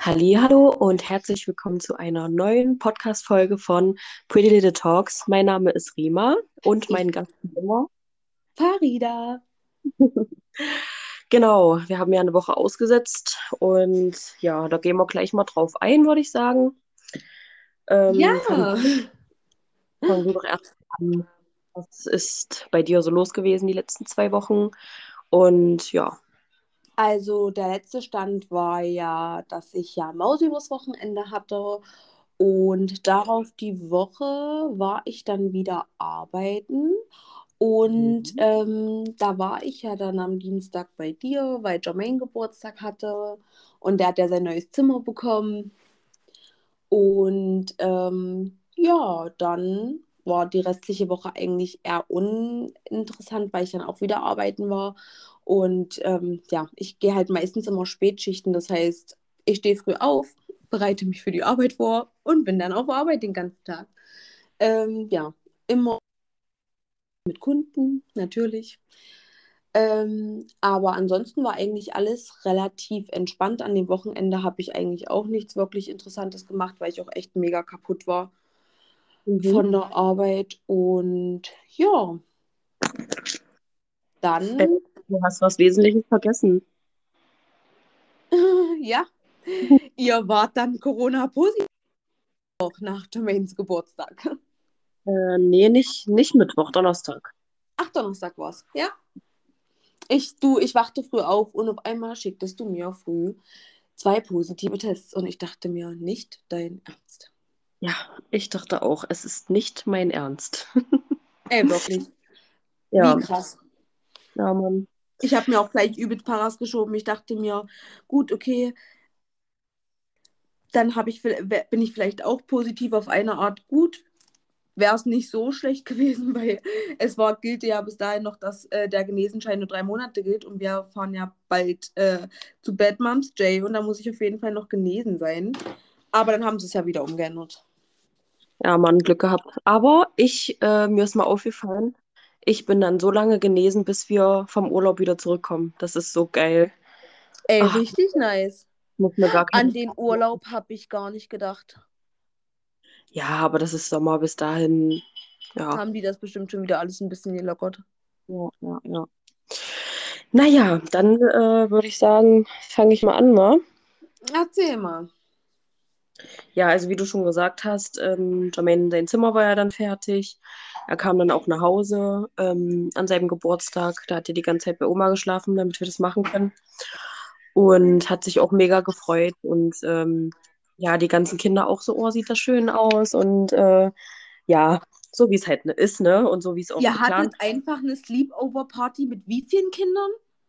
Hallihallo und herzlich willkommen zu einer neuen Podcast-Folge von Pretty Little Talks. Mein Name ist Rima und Ich, mein Gast ist immer. Farida. Genau, wir haben ja eine Woche ausgesetzt und ja, da gehen wir gleich mal drauf ein, würde ich sagen. Ja, Fang, fang du doch erst an. Was ist bei dir so los gewesen die letzten 2 Wochen? Und ja. also der letzte Stand war ja, dass ich ja Maus übers Wochenende hatte und darauf die Woche war ich dann wieder arbeiten und Mhm. da war ich ja dann am Dienstag bei dir, weil Jermaine Geburtstag hatte und der hat ja sein neues Zimmer bekommen und ja, dann war die restliche Woche eigentlich eher uninteressant, weil ich dann auch wieder arbeiten war. Und ja, ich gehe halt meistens immer Spätschichten. Das heißt, ich stehe früh auf, bereite mich für die Arbeit vor und bin dann auf Arbeit den ganzen Tag. Ja, immer mit Kunden, natürlich. Aber ansonsten war eigentlich alles relativ entspannt. An dem Wochenende habe ich eigentlich auch nichts wirklich Interessantes gemacht, weil ich auch echt mega kaputt war Mhm. von der Arbeit. Und ja, Äh, dann, Du hast was Wesentliches vergessen. ja, ihr wart dann Corona-positiv nach Jermaines Geburtstag. Nee, nicht Mittwoch, Donnerstag. Ach, Donnerstag war's. Ja. Ich wachte früh auf und auf einmal schicktest du mir früh zwei positive Tests und ich dachte mir, nicht dein Ernst. Ja, ich dachte auch, es ist nicht mein Ernst. Ey, wirklich. Wie Ja, krass. ja, Mann. Ich habe mir auch gleich übelst Paras geschoben. Ich dachte mir, gut, okay, dann bin ich vielleicht auch positiv auf eine Art gut. Wäre es nicht so schlecht gewesen, weil gilt ja bis dahin noch, dass der Genesenschein nur 3 Monate gilt und wir fahren ja bald zu Bad Moms J und da muss ich auf jeden Fall noch genesen sein. Aber dann haben sie es ja wieder umgeändert. Ja, Mann, Glück gehabt. Aber mir ist mal aufgefallen, ich bin dann so lange genesen, bis wir vom Urlaub wieder zurückkommen. Das ist so geil. Ey, Ach, richtig nice. muss mir gar An keine. den Urlaub habe ich gar nicht gedacht. Ja, aber das ist Sommer bis dahin. Ja, Haben die das bestimmt schon wieder alles ein bisschen gelockert. ja, ja, ja. Naja, dann würde ich sagen, fange ich mal an, wa? Erzähl mal. Ja, also wie du schon gesagt hast, Jermaine, sein Zimmer war ja dann fertig. Er kam dann auch nach Hause an seinem Geburtstag. Da hat er die ganze Zeit bei Oma geschlafen, damit wir das machen können. Und hat sich auch mega gefreut. Und ja, die ganzen Kinder auch so, oh, sieht das schön aus. Und ja, so wie es halt ist, ne? Und so wie es auch Ihr geplant. hattet einfach eine Sleepover-Party mit wie vielen Kindern?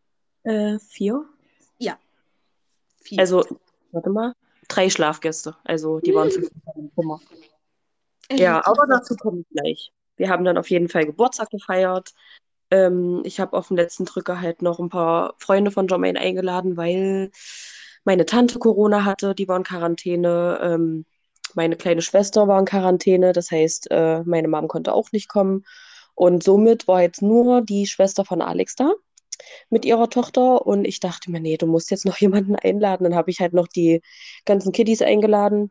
4. Ja, 4. Also, warte mal, 3 Schlafgäste. Also die waren zu viel im Zimmer. Ja, Richtig aber fett. dazu komme ich gleich. Wir haben dann auf jeden Fall Geburtstag gefeiert. Ich habe auf den letzten Drücker halt noch ein paar Freunde von Jermaine eingeladen, weil meine Tante Corona hatte, die war in Quarantäne. Meine kleine Schwester war in Quarantäne, das heißt, meine Mom konnte auch nicht kommen. Und somit war jetzt nur die Schwester von Alex da mit ihrer Tochter. Und ich dachte mir, nee, du musst jetzt noch jemanden einladen. Dann habe ich halt noch die ganzen Kiddies eingeladen.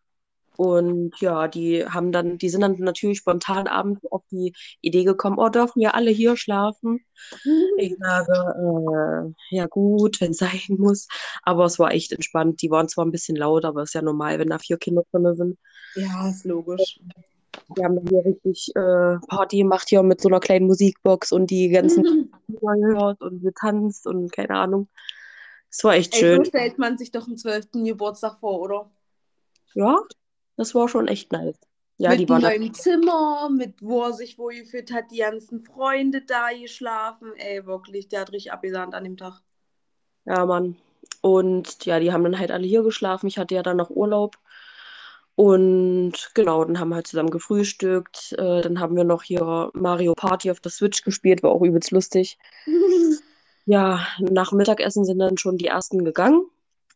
Und ja, die sind dann natürlich spontan abends auf die Idee gekommen, oh, dürfen wir alle hier schlafen? Ich sage, ja gut, wenn es sein muss. Aber es war echt entspannt. Die waren zwar ein bisschen laut, aber ist ja normal, wenn da 4 Kinder drin sind. Ja, ist logisch. Die haben dann hier richtig Party gemacht, hier mit so einer kleinen Musikbox und die ganzen Lieder gehört und getanzt und keine Ahnung. Es war echt Ey, so schön. stellt man sich doch einen 12. Geburtstag vor, oder? Ja, das war schon echt nice. Ja, die Mit einem waren da. neuen Zimmer, mit wo er sich wohlgefühlt hat, die ganzen Freunde da geschlafen. Ey, wirklich, der hat richtig abgesahnt an dem Tag. Ja, Mann. Und ja, die haben dann halt alle hier geschlafen. Ich hatte ja dann noch Urlaub. Und genau, dann haben wir halt zusammen gefrühstückt. Dann haben wir noch hier Mario Party auf der Switch gespielt, war auch übelst lustig. Ja, nach Mittagessen sind dann schon die ersten gegangen.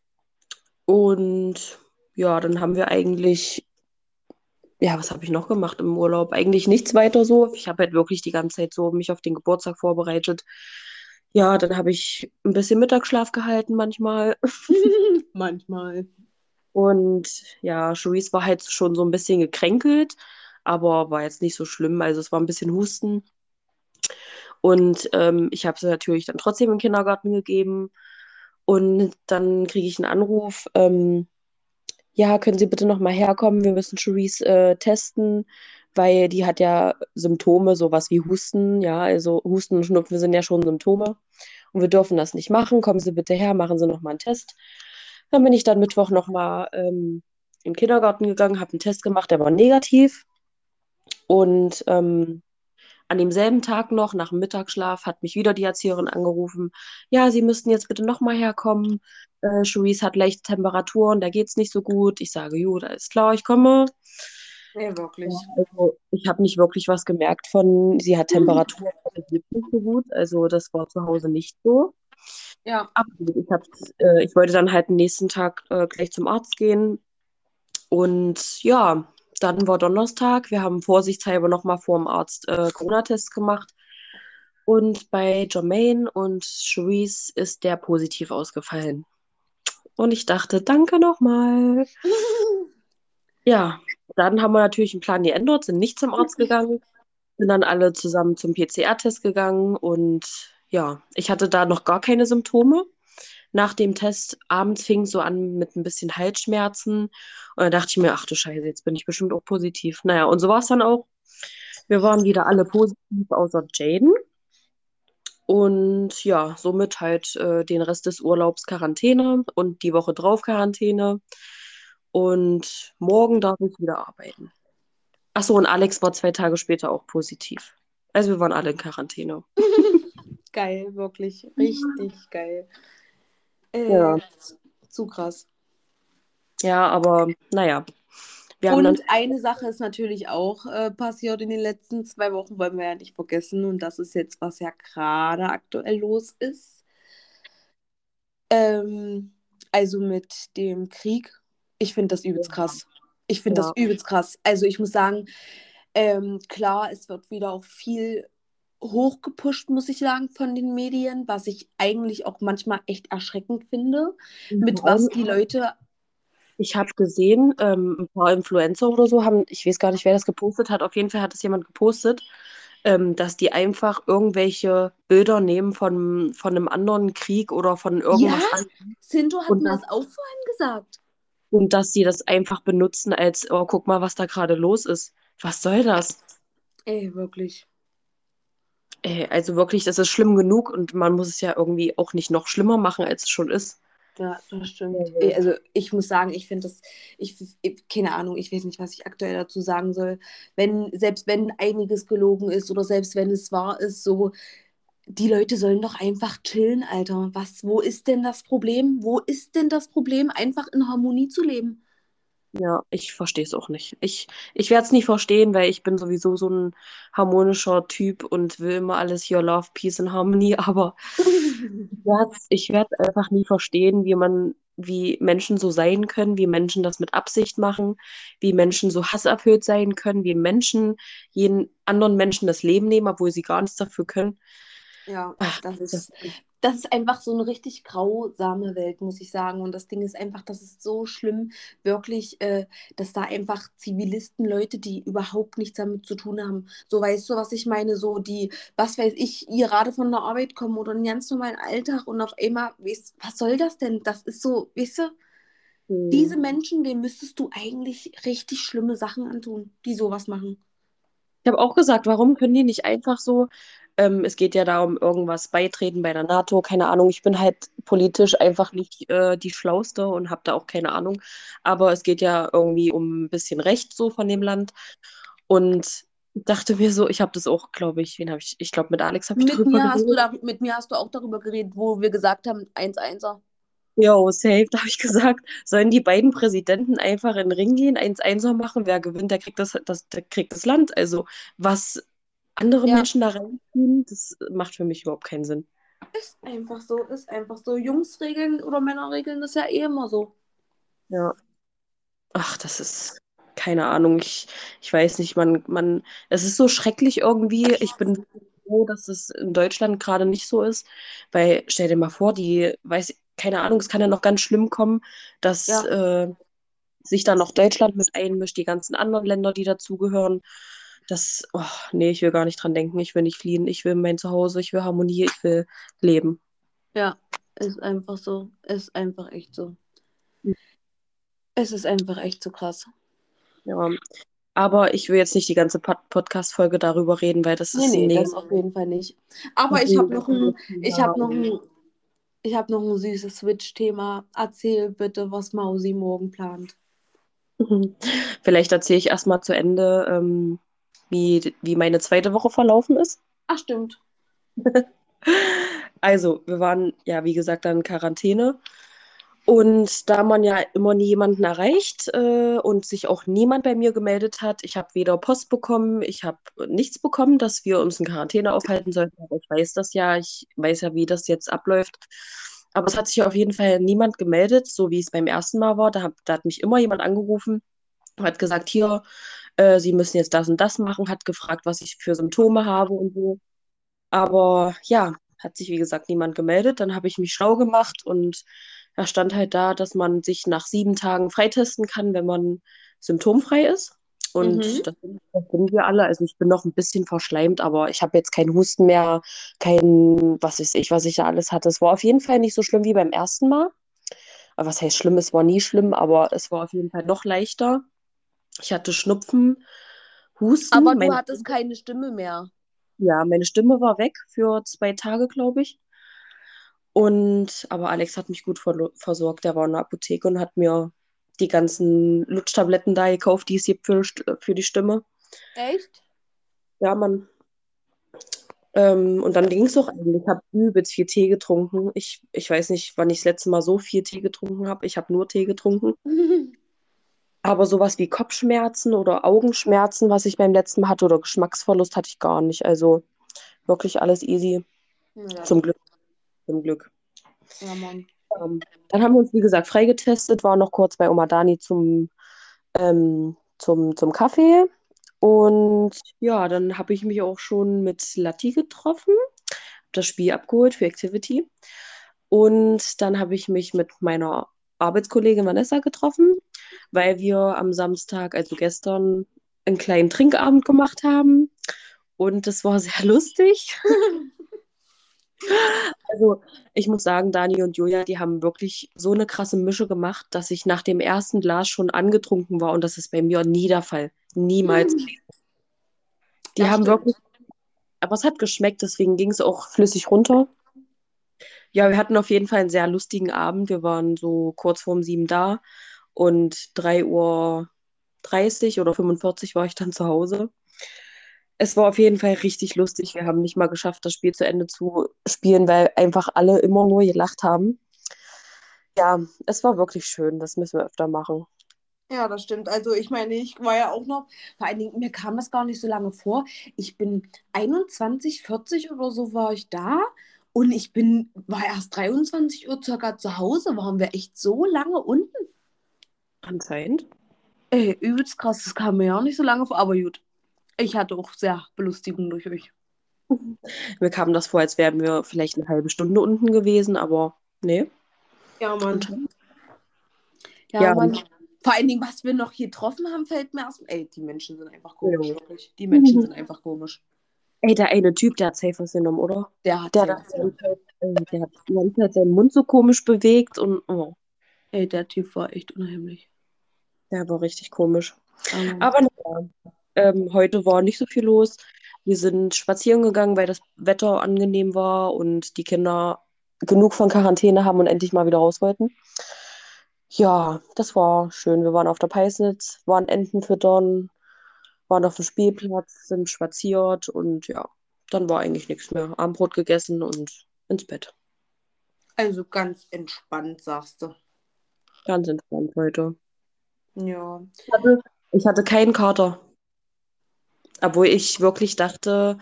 Und ja, dann haben wir eigentlich, ja, was habe ich noch gemacht im Urlaub? Eigentlich nichts weiter so. Ich habe halt wirklich die ganze Zeit so mich auf den Geburtstag vorbereitet. Ja, dann habe ich ein bisschen Mittagsschlaf gehalten manchmal. Manchmal. Und ja, Cherise war halt schon so ein bisschen gekränkelt, aber war jetzt nicht so schlimm. Also es war ein bisschen Husten. Und ich habe sie natürlich dann trotzdem im Kindergarten gegeben. Und dann kriege ich einen Anruf, ja, können Sie bitte noch mal herkommen? Wir müssen Cherise testen, weil die hat ja Symptome, sowas wie Husten. Ja, also Husten und Schnupfen sind ja schon Symptome. Und wir dürfen das nicht machen. Kommen Sie bitte her, machen Sie noch mal einen Test. Dann bin ich dann Mittwoch noch mal in den Kindergarten gegangen, habe einen Test gemacht, der war negativ. Und an demselben Tag noch, nach dem Mittagsschlaf, hat mich wieder die Erzieherin angerufen. Ja, Sie müssten jetzt bitte nochmal herkommen. Cherise hat leichte Temperaturen, da geht's nicht so gut. Ich sage, gut, alles klar, ich komme. Ja, Ja, wirklich. also ich habe nicht wirklich was gemerkt von, sie hat Temperatur, das geht nicht so gut. Also das war zu Hause nicht so. Ja. Aber gut, ich wollte dann halt den nächsten Tag gleich zum Arzt gehen. Und ja, dann war Donnerstag. Wir haben vorsichtshalber nochmal vor dem Arzt Corona-Test gemacht. Und bei Jermaine und Cherise ist der positiv ausgefallen. Und ich dachte, danke nochmal. Ja, dann haben wir natürlich einen Plan geändert, sind nicht zum Arzt gegangen, sind dann alle zusammen zum PCR-Test gegangen. Und ja, ich hatte da noch gar keine Symptome. Nach dem Test abends fing es so an mit ein bisschen Halsschmerzen. Und dann dachte ich mir, ach du Scheiße, jetzt bin ich bestimmt auch positiv. Naja, und so war es dann auch. Wir waren wieder alle positiv, außer Jaden. Und ja, somit halt den Rest des Urlaubs Quarantäne und die Woche drauf Quarantäne. Und morgen darf ich wieder arbeiten. Achso, und Alex war 2 Tage später auch positiv. Also wir waren alle in Quarantäne. Geil, wirklich. Richtig geil. Ja, Äh, zu krass. ja, aber naja, wir haben dann, Und eine Sache ist natürlich auch passiert in den letzten 2 Wochen, wollen wir ja nicht vergessen. Und das ist jetzt, was ja gerade aktuell los ist. Ähm, also mit dem Krieg. Ich finde das übelst krass. Ich finde das ja, übelst krass. Also ich muss sagen, klar, es wird wieder auch viel hochgepusht, muss ich sagen, von den Medien, was ich eigentlich auch manchmal echt erschreckend finde, mit vor allem, was die Leute, ich habe gesehen, ein paar Influencer oder so haben, ich weiß gar nicht, wer das gepostet hat, auf jeden Fall hat es jemand gepostet, dass die einfach irgendwelche Bilder nehmen von einem anderen Krieg oder von ja, irgendwas anderem Sinto hat und mir dass, das auch vorhin gesagt. und dass sie das einfach benutzen als, oh, guck mal, was da gerade los ist. Was soll das? Ey, wirklich. Also wirklich, das ist schlimm genug und man muss es ja irgendwie auch nicht noch schlimmer machen, als es schon ist. Ja, das stimmt. Also, Also ich muss sagen, ich finde das, keine Ahnung, ich weiß nicht, was ich aktuell dazu sagen soll. Selbst wenn einiges gelogen ist oder selbst wenn es wahr ist, so, die Leute sollen doch einfach chillen, Alter. Wo ist denn das Problem? Wo ist denn das Problem, einfach in Harmonie zu leben? ja, ich verstehe es auch nicht. Ich werde es nie verstehen, weil ich bin sowieso so ein harmonischer Typ und will immer alles hier Love, Peace and Harmony, aber ich werd's einfach nie verstehen, wie Menschen so sein können, wie Menschen das mit Absicht machen, wie Menschen so hasserfüllt sein können, wie Menschen jeden anderen Menschen das Leben nehmen, obwohl sie gar nichts dafür können. Ja, Ach, das das, ist, das ist einfach so eine richtig grausame Welt, muss ich sagen. Und das Ding ist einfach, das ist so schlimm, wirklich, dass da einfach Zivilisten, Leute, die überhaupt nichts damit zu tun haben, so weißt du, was ich meine, so die, was weiß ich, gerade von der Arbeit kommen oder einen ganz normalen Alltag und auf einmal, was soll das denn? Das ist so, weißt du, hm. diese Menschen, denen müsstest du eigentlich richtig schlimme Sachen antun, die sowas machen. Ich habe auch gesagt, warum können die nicht einfach so, es geht ja darum, irgendwas beitreten bei der NATO, keine Ahnung, ich bin halt politisch einfach nicht die Schlauste und habe da auch keine Ahnung, aber es geht ja irgendwie um ein bisschen Recht so von dem Land und ich dachte mir so, ich habe das auch, glaube ich, ich glaube, mit Alex habe ich darüber geredet. Mit mir hast du auch darüber geredet, wo wir gesagt haben, 1-1er. Jo, safe, da habe ich gesagt, sollen die beiden Präsidenten einfach in den Ring gehen, 1-1 machen, wer gewinnt, der kriegt das Land. Also, was andere Ja, Menschen da reinziehen, das macht für mich überhaupt keinen Sinn. ist einfach so, ist einfach so. Jungs regeln oder Männer regeln das ja eh immer so. Ja, ach, das ist keine Ahnung, ich weiß nicht, es ist so schrecklich irgendwie. Ich bin froh, dass es in Deutschland gerade nicht so ist, weil stell dir mal vor, keine Ahnung, es kann ja noch ganz schlimm kommen, dass Ja, sich dann noch Deutschland mit einmischt, die ganzen anderen Länder, die dazugehören. Nee, ich will gar nicht dran denken. Ich will nicht fliehen. Ich will mein Zuhause, ich will Harmonie, ich will leben. Ja, ist einfach so. Ist einfach echt so. Es ist einfach echt so krass. Ja. Aber ich will jetzt nicht die ganze Podcast-Folge darüber reden, weil das Nee, ist ein nee, das negativ. auf jeden Fall nicht. Aber ich habe noch ein süßes Switch-Thema. Erzähl bitte, was Mausi morgen plant. Vielleicht erzähle ich erstmal zu Ende, wie meine zweite Woche verlaufen ist. Ach, stimmt. Also, wir waren ja, wie gesagt, dann in Quarantäne. Und da man ja immer nie jemanden erreicht und sich auch niemand bei mir gemeldet hat, ich habe weder Post bekommen, ich habe nichts bekommen, dass wir uns in Quarantäne aufhalten sollten. Aber ich weiß das ja, ich weiß ja, wie das jetzt abläuft. Aber es hat sich auf jeden Fall niemand gemeldet, so wie es beim ersten Mal war. Da hat mich immer jemand angerufen, hat gesagt, hier, Sie müssen jetzt das und das machen, hat gefragt, was ich für Symptome habe und so. Aber ja, hat sich wie gesagt niemand gemeldet. Dann habe ich mich schlau gemacht und da stand halt da, dass man sich nach 7 Tagen freitesten kann, wenn man symptomfrei ist. Mhm. Und das sind wir alle. Also ich bin noch ein bisschen verschleimt, aber ich habe jetzt keinen Husten mehr, kein, was weiß ich, was ich da alles hatte. Es war auf jeden Fall nicht so schlimm wie beim ersten Mal. Aber was heißt schlimm? Es war nie schlimm, aber es war auf jeden Fall noch leichter. Ich hatte Schnupfen, Aber Husten, du hattest keine Stimme mehr. meine Stimme war weg für 2 Tage, glaube ich. Aber Alex hat mich gut versorgt. Der war in der Apotheke und hat mir die ganzen Lutschtabletten da gekauft, die es gibt für die Stimme. Echt? Ja, Mann. Und dann ging es auch eigentlich. Ich habe übelst viel Tee getrunken. Ich weiß nicht, wann ich das letzte Mal so viel Tee getrunken habe. Ich habe nur Tee getrunken. Aber sowas wie Kopfschmerzen oder Augenschmerzen, was ich beim letzten Mal hatte, oder Geschmacksverlust hatte ich gar nicht. Also wirklich alles easy. Na, das Zum ist, Glück, zum Glück. ja, Mann. Dann haben wir uns, wie gesagt, freigetestet, waren noch kurz bei Oma Dani zum Kaffee. Und ja, dann habe ich mich auch schon mit Latti getroffen, hab das Spiel abgeholt für Activity. Und dann habe ich mich mit meiner Arbeitskollegin Vanessa getroffen, weil wir am Samstag, also gestern, einen kleinen Trinkabend gemacht haben. Und das war sehr lustig. Also, ich muss sagen, Dani und Julia, die haben wirklich so eine krasse Mische gemacht, dass ich nach dem ersten Glas schon angetrunken war und das ist bei mir nie der Fall. Niemals. Die Das haben wirklich, stimmt. aber es hat geschmeckt, deswegen ging es auch flüssig runter. Ja, wir hatten auf jeden Fall einen sehr lustigen Abend. Wir waren so kurz vorm 7 da und 3:30 oder 45 war ich dann zu Hause. Es war auf jeden Fall richtig lustig. Wir haben nicht mal geschafft, das Spiel zu Ende zu spielen, weil einfach alle immer nur gelacht haben. Ja, es war wirklich schön. Das müssen wir öfter machen. Ja, das stimmt. Also ich meine, ich war ja auch noch, vor allen Dingen, mir kam das gar nicht so lange vor. Ich bin 21, 40 oder so war ich da und war erst 23 Uhr circa zu Hause. Waren wir echt so lange unten? Anscheinend. Ey, übelst krass, das kam mir ja auch nicht so lange vor, aber gut. Ich hatte auch sehr Belustigung durch euch. Mir kam das vor, als wären wir vielleicht eine halbe Stunde unten gewesen, aber nee, Ja, Mann. anscheinend. Ja, Ja, Mann. Vor allen Dingen, was wir noch hier getroffen haben, fällt mir erst. Ey, die Menschen sind einfach komisch, ja. wirklich. Die Menschen sind einfach komisch. Ey, der eine Typ, der hat safe was genommen, oder? Der hat Der, sehr hat was die ganze genommen. Zeit, der hat die ganze Zeit seinen Mund so komisch bewegt und oh, Ey, der Typ war echt unheimlich. der war richtig komisch. Aber Aber naja, heute war nicht so viel los. Wir sind spazieren gegangen, weil das Wetter angenehm war und die Kinder genug von Quarantäne haben und endlich mal wieder raus wollten. Ja, das war schön. Wir waren auf der Peisnitz, waren Enten füttern, waren auf dem Spielplatz, sind spaziert und ja, dann war eigentlich nichts mehr. Abendbrot gegessen und ins Bett. also ganz entspannt, sagst du. Ganz entspannt heute. Ja. Ich hatte keinen Kater, obwohl ich wirklich dachte,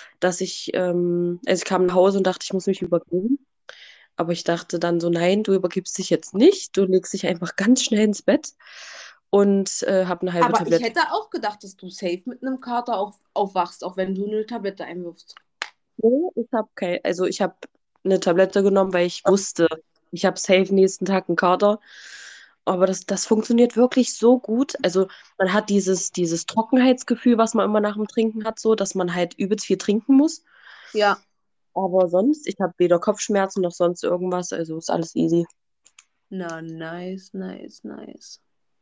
also ich kam nach Hause und dachte, ich muss mich übergeben. Aber ich dachte dann so, nein, du übergibst dich jetzt nicht. Du legst dich einfach ganz schnell ins Bett und habe eine halbe Aber ich Tablette. hätte auch gedacht, dass du safe mit einem Kater aufwachst, auch wenn du eine Tablette einwirfst. Nee, ich habe eine Tablette genommen, weil ich wusste, ich habe safe nächsten Tag einen Kater. Aber das funktioniert wirklich so gut. Also man hat dieses Trockenheitsgefühl, was man immer nach dem Trinken hat, so, dass man halt übelst viel trinken muss. Ja. Aber sonst, ich habe weder Kopfschmerzen noch sonst irgendwas, also ist alles easy. Na, nice, nice, nice.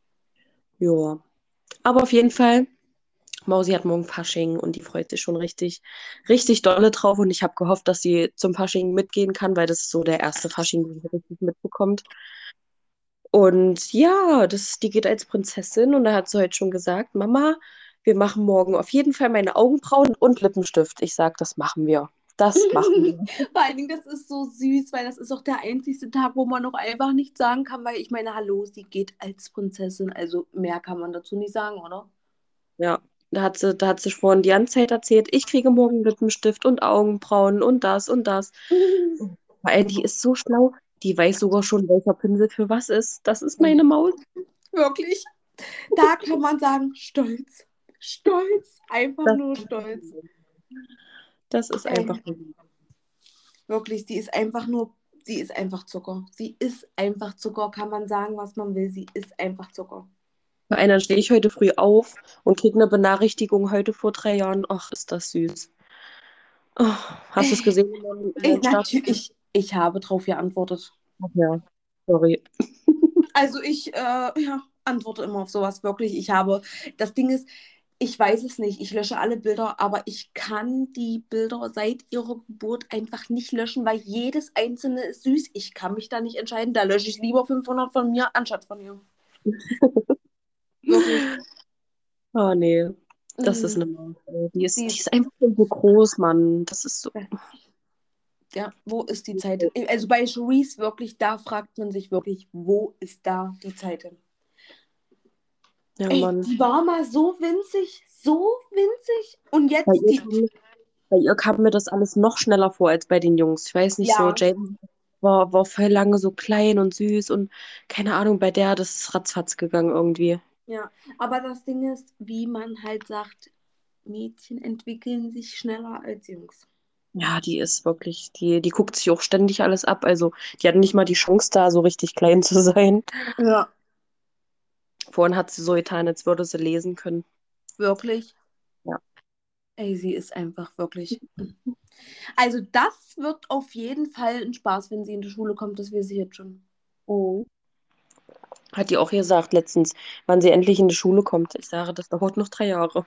Ja. Aber auf jeden Fall, Mausi hat morgen Fasching und die freut sich schon richtig, richtig dolle drauf. Und ich habe gehofft, dass sie zum Fasching mitgehen kann, weil das ist so der erste Fasching, den sie richtig mitbekommt. Und ja, die geht als Prinzessin und da hat sie heute schon gesagt, Mama, wir machen morgen auf jeden Fall meine Augenbrauen und Lippenstift. Ich sag, das machen wir. Das machen wir. Vor allen Dingen, das ist so süß, weil das ist auch der einzigste Tag, wo man noch einfach nichts sagen kann, weil ich meine, hallo, sie geht als Prinzessin, also mehr kann man dazu nicht sagen, oder? Ja, da hat sie vorhin die ganze Zeit erzählt, ich kriege morgen Lippenstift und Augenbrauen und das und das. Weil die ist so schlau, die weiß sogar schon, welcher Pinsel für was ist. Das ist meine Maus. Wirklich, da kann man sagen, stolz, stolz, einfach Das, nur stolz. das ist einfach. Ey, wirklich, sie ist einfach Zucker. Sie ist einfach Zucker, kann man sagen, was man will, sie ist einfach Zucker. Bei einer stehe ich heute früh auf und kriege eine Benachrichtigung heute vor 3 Jahren. Ach, ist das süß. Oh, hast du es gesehen in meinem Status? Ich habe drauf geantwortet. Ach ja, sorry. Also ich ja, antworte immer auf sowas, wirklich. Das Ding ist, ich weiß es nicht, ich lösche alle Bilder, aber ich kann die Bilder seit ihrer Geburt einfach nicht löschen, weil jedes einzelne ist süß. Ich kann mich da nicht entscheiden, da lösche ich lieber 500 von mir anstatt von ihr. Wirklich. Oh nee, das ist Mhm. eine Maus. Ey. Die Sie ist, die ist, ist einfach so groß, Mann. Das ist so. ja, wo ist die Zeit hin? Also bei Cherise wirklich, da fragt man sich wirklich, wo ist da die Zeit hin? Ja, Ey, Mann. die war mal so winzig. Und Bei jetzt ihr die, kam, bei ihr kam mir das alles noch schneller vor als bei den Jungs. Ich weiß nicht so, ja, Jaden war voll lange so klein und süß und keine Ahnung, bei der, das ist ratzfatz gegangen irgendwie. ja. Aber das Ding ist, wie man halt sagt, Mädchen entwickeln sich schneller als Jungs. Ja, die ist wirklich, die guckt sich auch ständig alles ab. Also, die hat nicht mal die Chance, da so richtig klein zu sein. Ja, Vorhin hat sie so getan, als würde sie lesen können. wirklich. Ja. Ey, sie ist einfach wirklich. Also, das wird auf jeden Fall ein Spaß, wenn sie in die Schule kommt, das weiß ich jetzt schon. Mhm. Hat die auch gesagt letztens, wann sie endlich in die Schule kommt. Ich sage, das dauert noch 3 Jahre.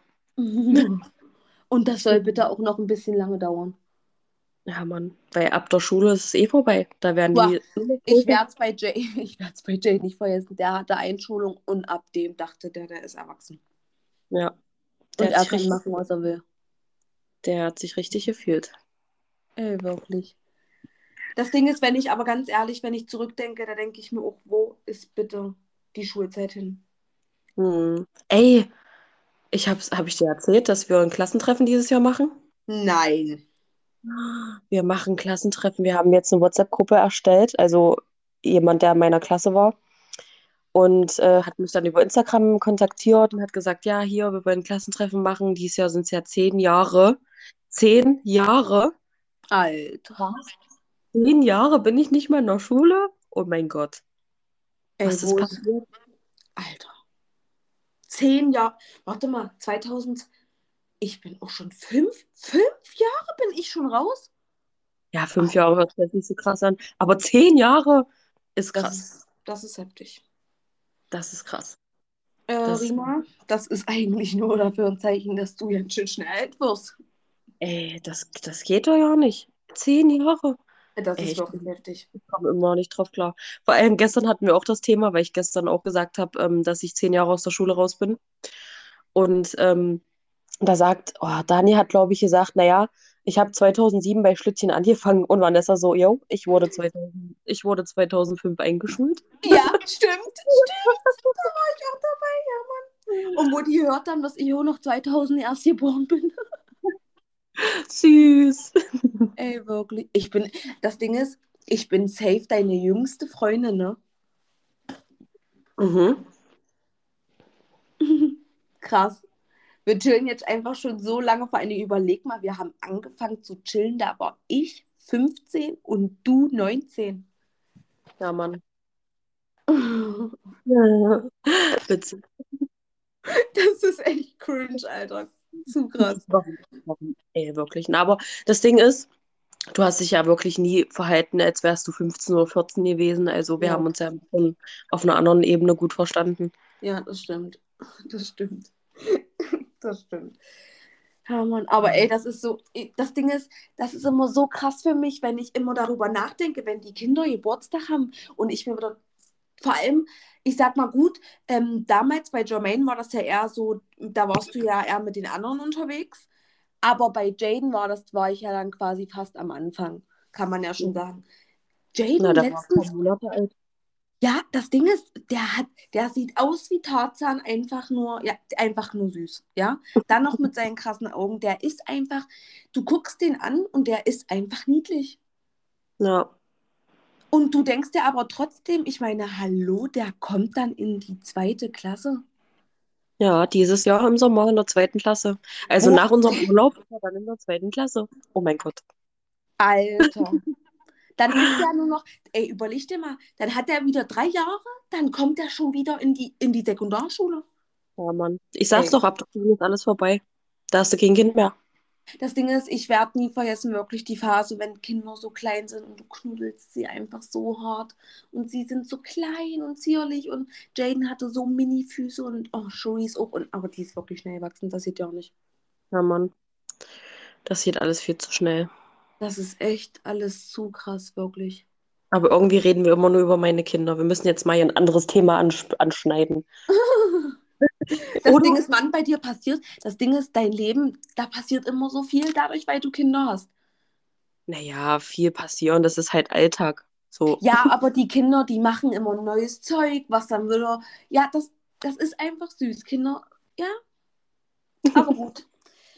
Und das soll bitte auch noch ein bisschen lange dauern. Ja, Mann, weil ab der Schule ist es eh vorbei. Da werden Boah, die nur noch größer. ich werde es bei Jay nicht vergessen. Der hatte Einschulung und ab dem dachte der ist erwachsen. Ja, der Und hat er sich kann richtig, machen, was er will. der hat sich richtig gefühlt. Ey, wirklich. Das Ding ist, wenn ich aber ganz ehrlich, wenn ich zurückdenke, da denke ich mir auch, wo ist bitte die Schulzeit hin? Hm. Ey, hab ich dir erzählt, dass wir ein Klassentreffen dieses Jahr machen? Nein. Wir machen Klassentreffen. Wir haben jetzt eine WhatsApp-Gruppe erstellt. Also jemand, der in meiner Klasse war. Und hat mich dann über Instagram kontaktiert und hat gesagt, ja, hier, wir wollen ein Klassentreffen machen. Dieses Jahr sind es ja 10 Jahre. 10 Jahre? Alter. Was? 10 Jahre bin ich nicht mehr in der Schule? Oh mein Gott, Ey, was ist wo ist. passiert? Alter. 10 Jahre. Warte mal, 2000. Ich bin auch schon 5 Jahre bin ich schon raus? Ja, Ah, 5 Jahre hört sich jetzt nicht so krass an, aber 10 Jahre ist krass. das ist heftig. Das ist krass. Das, Rima, das ist eigentlich nur dafür ein Zeichen, dass du ganz schön schnell alt wirst. ey, das geht doch ja nicht. 10 Jahre. Das Ey, ist wirklich heftig. ich komme immer noch nicht drauf klar. Vor allem gestern hatten wir auch das Thema, weil ich gestern auch gesagt habe, dass ich 10 Jahre aus der Schule raus bin. Und da sagt, oh, Dani hat, glaube ich, gesagt, naja, ich habe 2007 bei Schlütchen angefangen und Vanessa so, yo, ich wurde 2005 eingeschult. Ja, stimmt, stimmt. Da war ich auch dabei, ja, Mann. Und wo die hört dann, dass ich auch noch 2000 erst geboren bin. Süß. Ey, wirklich. Das Ding ist, ich bin safe deine jüngste Freundin, ne? Mhm. Krass. Wir chillen jetzt einfach schon so lange, vor allem überleg mal, wir haben angefangen zu chillen, da war ich 15 und du 19. Ja, Mann. Ja, witzig. Das ist echt cringe, Alter. Zu krass. Warum? Ey, wirklich. Na, aber das Ding ist, du hast dich ja wirklich nie verhalten, als wärst du 15 oder 14 gewesen. Also wir Ja, haben uns ja schon auf einer anderen Ebene gut verstanden. ja, das stimmt. Das stimmt. Das stimmt. Ja, Mann, aber ey, das ist so, das Ding ist, das ist immer so krass für mich, wenn ich immer darüber nachdenke, wenn die Kinder Geburtstag haben und ich mir wieder, vor allem, ich sag mal gut, damals bei Jermaine war das ja eher so, da warst du ja eher mit den anderen unterwegs, aber bei Jaden war ich ja dann quasi fast am Anfang, kann man ja schon sagen. Na, Jaden der war letztens, kaum Monate alt. ja, das Ding ist, der sieht aus wie Tarzan, ja, einfach nur süß, ja. Dann noch mit seinen krassen Augen, der ist einfach, du guckst den an und der ist einfach niedlich. Ja. Und du denkst dir aber trotzdem, ich meine, hallo, der kommt dann in die zweite Klasse. Ja, dieses Jahr im Sommer in der zweiten Klasse. Also Boah, nach unserem Urlaub ist er dann in der zweiten Klasse. Oh mein Gott. Alter. Dann ist der nur noch, ey, überleg dir mal, dann hat er wieder 3 Jahre, dann kommt er schon wieder in die Sekundarschule. Ja, Mann. Ich sag's Ey, doch, ab da ist alles vorbei. Da hast du kein Kind mehr. das Ding ist, ich werde nie vergessen, wirklich die Phase, wenn Kinder so klein sind und du knuddelst sie einfach so hart und sie sind so klein und zierlich und Jaden hatte so Mini-Füße und oh, Cherise auch, aber die ist wirklich schnell wachsend, das sieht ja auch nicht. Ja, Mann. Das geht alles viel zu schnell. Das ist echt alles zu krass, wirklich. Aber irgendwie reden wir immer nur über meine Kinder. Wir müssen jetzt mal hier ein anderes Thema anschneiden. Das Oder? Ding ist, Mann, bei dir passiert, das Ding ist, dein Leben, da passiert immer so viel dadurch, weil du Kinder hast. Naja, viel passieren. Das ist halt Alltag. So. Ja, aber die Kinder, die machen immer neues Zeug, was dann wieder, ja, das ist einfach süß. Kinder, ja, aber gut.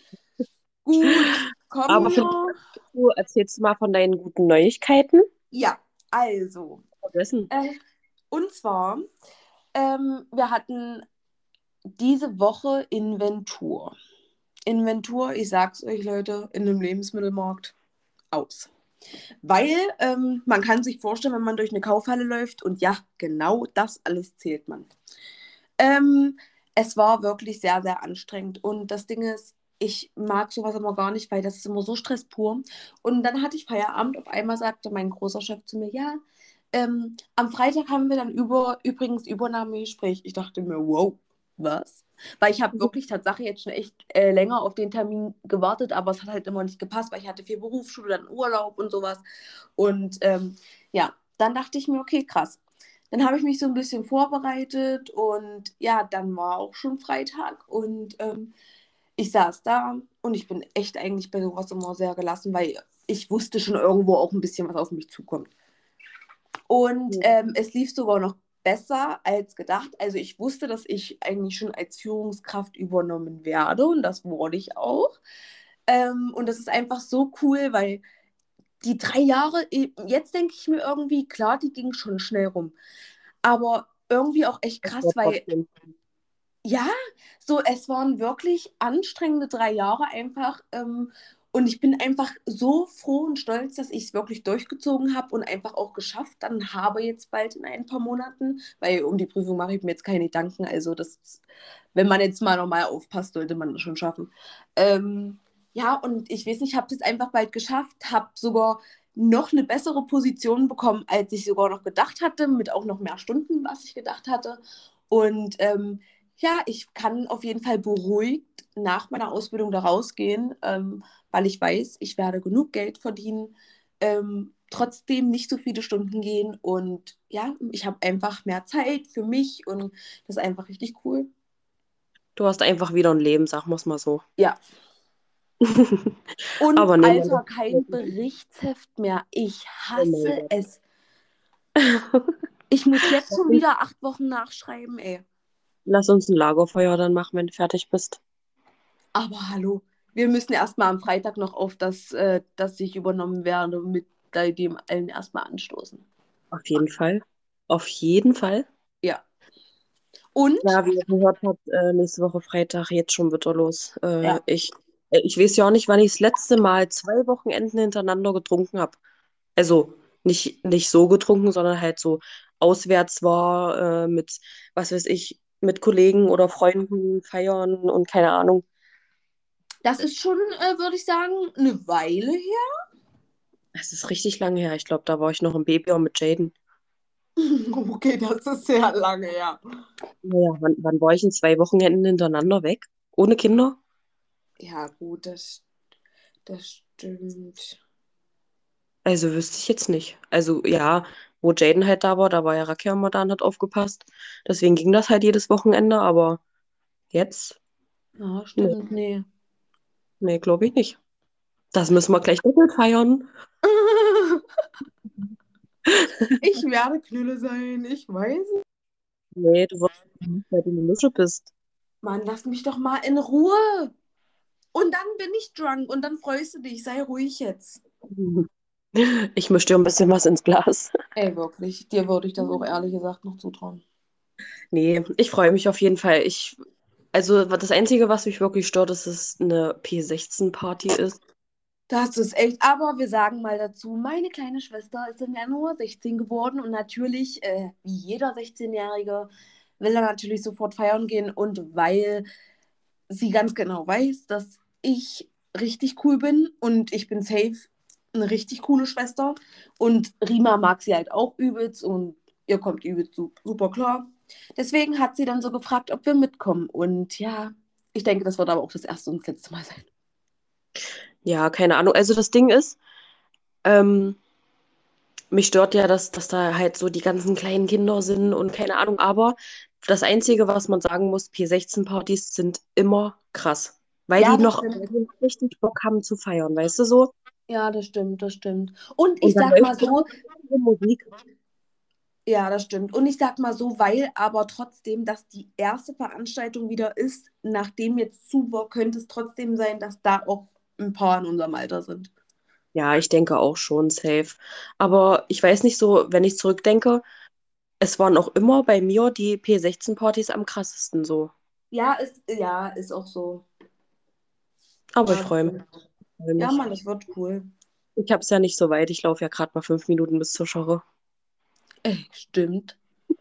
Gut, kommen Aber vielleicht wir. du erzählst du mal von deinen guten Neuigkeiten. Ja, also, Vergessen. äh, und zwar, wir hatten diese Woche Inventur. Inventur, ich sag's euch, Leute, in einem Lebensmittelmarkt aus. Weil man kann sich vorstellen, wenn man durch eine Kaufhalle läuft und ja, genau das alles zählt man. Ähm, Es war wirklich sehr, sehr anstrengend. Und das Ding ist, ich mag sowas immer gar nicht, weil das ist immer so Stress pur. Und dann hatte ich Feierabend. Auf einmal sagte mein großer Chef zu mir, ja, am Freitag haben wir dann übrigens Übernahmegespräch. Ich dachte mir, wow, was? Weil ich habe wirklich Tatsache jetzt schon echt länger auf den Termin gewartet, aber es hat halt immer nicht gepasst, weil ich hatte viel Berufsschule, dann Urlaub und sowas. Und ja, dann dachte ich mir, okay, krass. Dann habe ich mich so ein bisschen vorbereitet und ja, dann war auch schon Freitag und ich saß da und ich bin echt eigentlich bei sowas immer sehr gelassen, weil ich wusste schon irgendwo auch ein bisschen, was auf mich zukommt. Und es lief sogar noch besser als gedacht. Also ich wusste, dass ich eigentlich schon als Führungskraft übernommen werde und das wurde ich auch. Und das ist einfach so cool, weil die 3 Jahre, jetzt denke ich mir irgendwie, klar, die ging schon schnell rum. Aber irgendwie auch echt Das war krass, weil trotzdem. ja, so es waren wirklich anstrengende 3 Jahre einfach. Und ich bin einfach so froh und stolz, dass ich es wirklich durchgezogen habe und einfach auch geschafft dann habe jetzt bald in ein paar Monaten, weil um die Prüfung mache ich mir jetzt keine Gedanken. Also wenn man jetzt mal normal aufpasst, sollte man das schon schaffen. Ja, und ich weiß nicht, ich habe es jetzt einfach bald geschafft, habe sogar noch eine bessere Position bekommen, als ich sogar noch gedacht hatte, mit auch noch mehr Stunden, was ich gedacht hatte. Und ja, ich kann auf jeden Fall beruhigt nach meiner Ausbildung da rausgehen, weil ich weiß, ich werde genug Geld verdienen, trotzdem nicht so viele Stunden gehen und ja, ich habe einfach mehr Zeit für mich und das ist einfach richtig cool. Du hast einfach wieder ein Leben, sagen wir es mal so. Ja, und Aber nee, Mann, das Alter, kein Berichtsheft mehr. Ich oh mein hasse Gott. es. Ich muss jetzt schon wieder 8 Wochen nachschreiben, ey. Lass uns ein Lagerfeuer dann machen, wenn du fertig bist. Aber hallo, wir müssen erstmal am Freitag noch auf dass ich übernommen werde, mit dem allen erstmal anstoßen. Auf jeden Fall. Auf jeden Fall. Ja. Und? Ja, wie ihr gehört habt, nächste Woche Freitag jetzt schon wieder los. Ja. Ich weiß ja auch nicht, wann ich das letzte Mal 2 Wochenenden hintereinander getrunken habe. Also nicht so getrunken, sondern halt so auswärts war, mit, was weiß ich, mit Kollegen oder Freunden feiern und keine Ahnung. Das ist schon, würde ich sagen, eine Weile her. Es ist richtig lange her. Ich glaube, da war ich noch ein Baby auch mit Jaden. Okay, das ist sehr lange her. Naja, wann war ich in 2 Wochenenden hintereinander weg? Ohne Kinder? Ja, gut, das stimmt. Also wüsste ich jetzt nicht. Also ja, wo Jaden halt da war ja Rakia immer da und hat aufgepasst. Deswegen ging das halt jedes Wochenende, aber jetzt? Ja, Nee, stimmt, nee. nee, glaube ich nicht. Das müssen wir gleich doppelt feiern. Ich werde Knülle sein, ich weiß es. Nee, du wirst nicht, weil du eine Mische bist. Mann, lass mich doch mal in Ruhe. Und dann bin ich drunk und dann freust du dich. Sei ruhig jetzt. Ich mische dir ein bisschen was ins Glas. Ey, wirklich. Dir würde ich das auch ehrlich gesagt noch zutrauen. Nee, ich freue mich auf jeden Fall. Also das Einzige, was mich wirklich stört, ist, dass es eine P16-Party ist. Das ist echt. Aber wir sagen mal dazu, meine kleine Schwester ist im Januar 16 geworden und natürlich, wie jeder 16-Jährige, will er natürlich sofort feiern gehen. Und weil sie ganz genau weiß, dass ich richtig cool bin und ich bin safe eine richtig coole Schwester. Und Rima mag sie halt auch übelst und ihr kommt übelst super klar. Deswegen hat sie dann so gefragt, ob wir mitkommen. Und ja, ich denke, das wird aber auch das erste und das letzte Mal sein. Ja, keine Ahnung. Also das Ding ist, ähm, mich stört ja, dass da halt so die ganzen kleinen Kinder sind und keine Ahnung. Aber das Einzige, was man sagen muss, P16-Partys sind immer krass. Ja, das Weil stimmt. die noch richtig Bock haben zu feiern, weißt du so? Ja, das stimmt, das stimmt. Und Und ich dann sag läuft mal immer so, die Musik. ja, das stimmt. Und ich sag mal so, weil aber trotzdem, dass die erste Veranstaltung wieder ist, nachdem jetzt zu war, könnte es trotzdem sein, dass da auch ein paar in unserem Alter sind. Ja, ich denke auch schon safe. Aber ich weiß nicht so, wenn ich zurückdenke, es waren auch immer bei mir die P16-Partys am krassesten so. Ja, ist auch so. Aber ich Ja, das freue mich. stimmt. Freu Ja, mich. Mann, das wird cool. Ich habe es ja nicht so weit. Ich laufe ja gerade mal 5 Minuten bis zur Schorre. Ey, stimmt.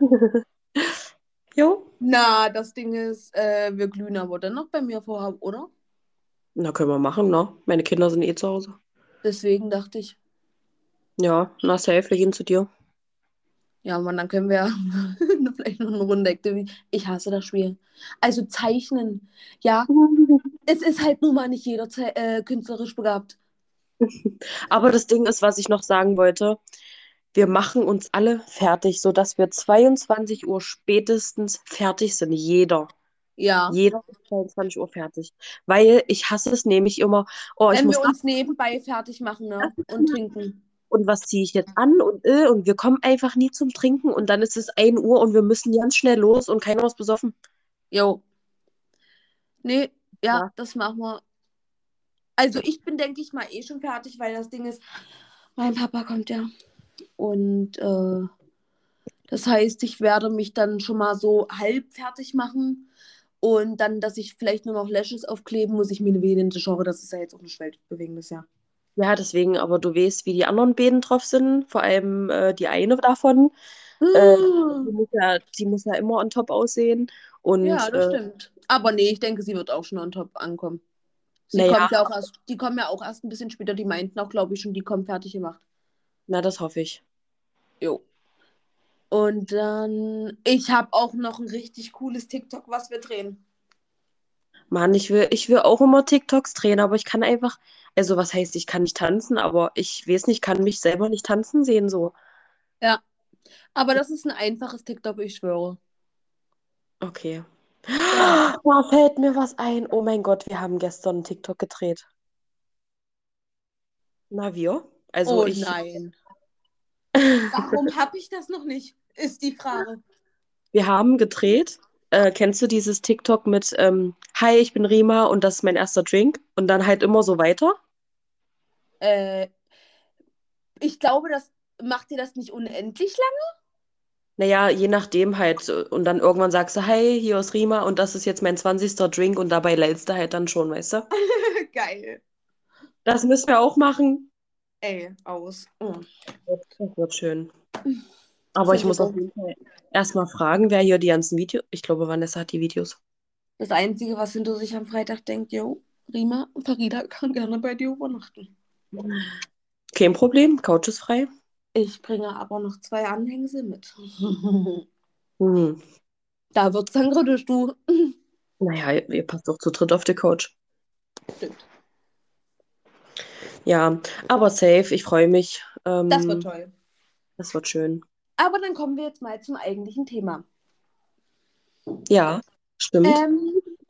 Jo. Na, das Ding ist, wir glühen aber dennoch bei mir vorhaben, oder? Na, können wir machen, ne? Meine Kinder sind eh zu Hause. Deswegen dachte ich, Ja, na safe, wir gehen zu dir. ja, Mann, dann können wir vielleicht noch eine Runde Activity. Ich hasse das Spiel. Also Zeichnen. Ja, es ist halt nun mal nicht jeder künstlerisch begabt. Aber das Ding ist, was ich noch sagen wollte, wir machen uns alle fertig, sodass wir 22 Uhr spätestens fertig sind. Jeder. Ja. Jeder ist 22 Uhr fertig. Weil ich hasse es nämlich immer, oh, ich Wenn wir muss das uns nebenbei fertig machen, ne? Und trinken. und was ziehe ich jetzt an und wir kommen einfach nie zum Trinken und dann ist es 1 Uhr und wir müssen ganz schnell los und keiner ist besoffen. Jo. Nee, ja, Ja. das machen wir. Also ich bin, denke ich mal, eh schon fertig, weil das Ding ist, mein Papa kommt ja. Und das heißt, ich werde mich dann schon mal so halb fertig machen. Und dann, dass ich vielleicht nur noch Lashes aufkleben muss, ich mir eine Vene in die Genre, das ist ja jetzt auch nicht weltbewegendes, ja. Ja, deswegen, aber du weißt, wie die anderen beiden drauf sind, vor allem die eine davon. Äh, Ah, die muss ja immer on top aussehen. ja, Und das stimmt. Aber nee, ich denke, sie wird auch schon on top ankommen. naja, Die kommen ja auch erst ein bisschen später, die meinten auch, glaube ich, schon, die kommen fertig gemacht. na, das hoffe ich. Jo. Und dann, ich habe auch noch ein richtig cooles TikTok, was wir drehen. Mann, ich will auch immer TikToks drehen, aber ich kann einfach, also was heißt, ich kann nicht tanzen, aber ich weiß nicht, kann mich selber nicht tanzen sehen so. Ja, aber das ist ein einfaches TikTok, ich schwöre. Okay. Ja. Da fällt mir was ein. Oh mein Gott, wir haben gestern einen TikTok gedreht. Na, wir? Also Oh ich. nein. Warum habe ich das noch nicht? Ist die Frage. Wir haben gedreht. Kennst du dieses TikTok mit Hi, ich bin Rima und das ist mein erster Drink? Und dann halt immer so weiter? Äh, ich glaube, das macht dir das nicht unendlich Naja, je nachdem halt. Und dann irgendwann sagst du, Hi, hier ist Rima und das ist jetzt mein 20. Drink und dabei lädst du halt dann schon, weißt du? lang? Geil. Das müssen wir auch machen. Ey, aus. Oh. Das wird schön. Aber ich Sind wir muss auf so. jeden Fall erstmal fragen, wer hier die ganzen Videos. Ich glaube, Vanessa hat die Videos. Das Einzige, was hinter sich am Freitag denkt, jo, Rima, Farida kann gerne bei dir übernachten. Kein Problem, Couch ist frei. Ich bringe aber noch 2 Anhängsel mit. Hm. Da wird's dann kritisch, du. Naja, ihr passt doch zu dritt auf die Couch. Stimmt. Ja, aber safe, ich freue mich. Das wird toll. Das wird schön. Aber dann kommen wir jetzt mal zum eigentlichen Thema. Ja, stimmt. Ähm,